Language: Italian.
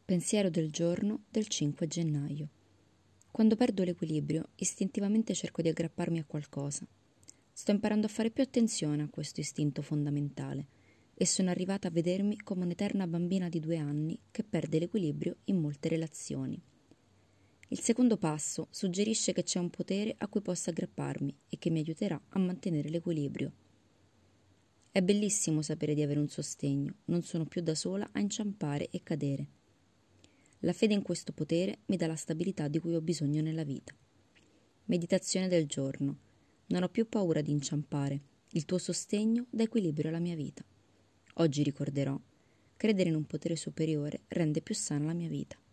Pensiero del giorno del 5 gennaio. Quando perdo l'equilibrio, istintivamente cerco di aggrapparmi a qualcosa. Sto imparando a fare più attenzione a questo istinto fondamentale e sono arrivata a vedermi come un'eterna bambina di 2 anni che perde l'equilibrio in molte relazioni. Il secondo passo suggerisce che c'è un potere a cui posso aggrapparmi e che mi aiuterà a mantenere l'equilibrio. È bellissimo sapere di avere un sostegno, non sono più da sola a inciampare e cadere. La fede in questo potere mi dà la stabilità di cui ho bisogno nella vita. Meditazione del giorno. Non ho più paura di inciampare. Il tuo sostegno dà equilibrio alla mia vita. Oggi ricorderò: credere in un potere superiore rende più sana la mia vita.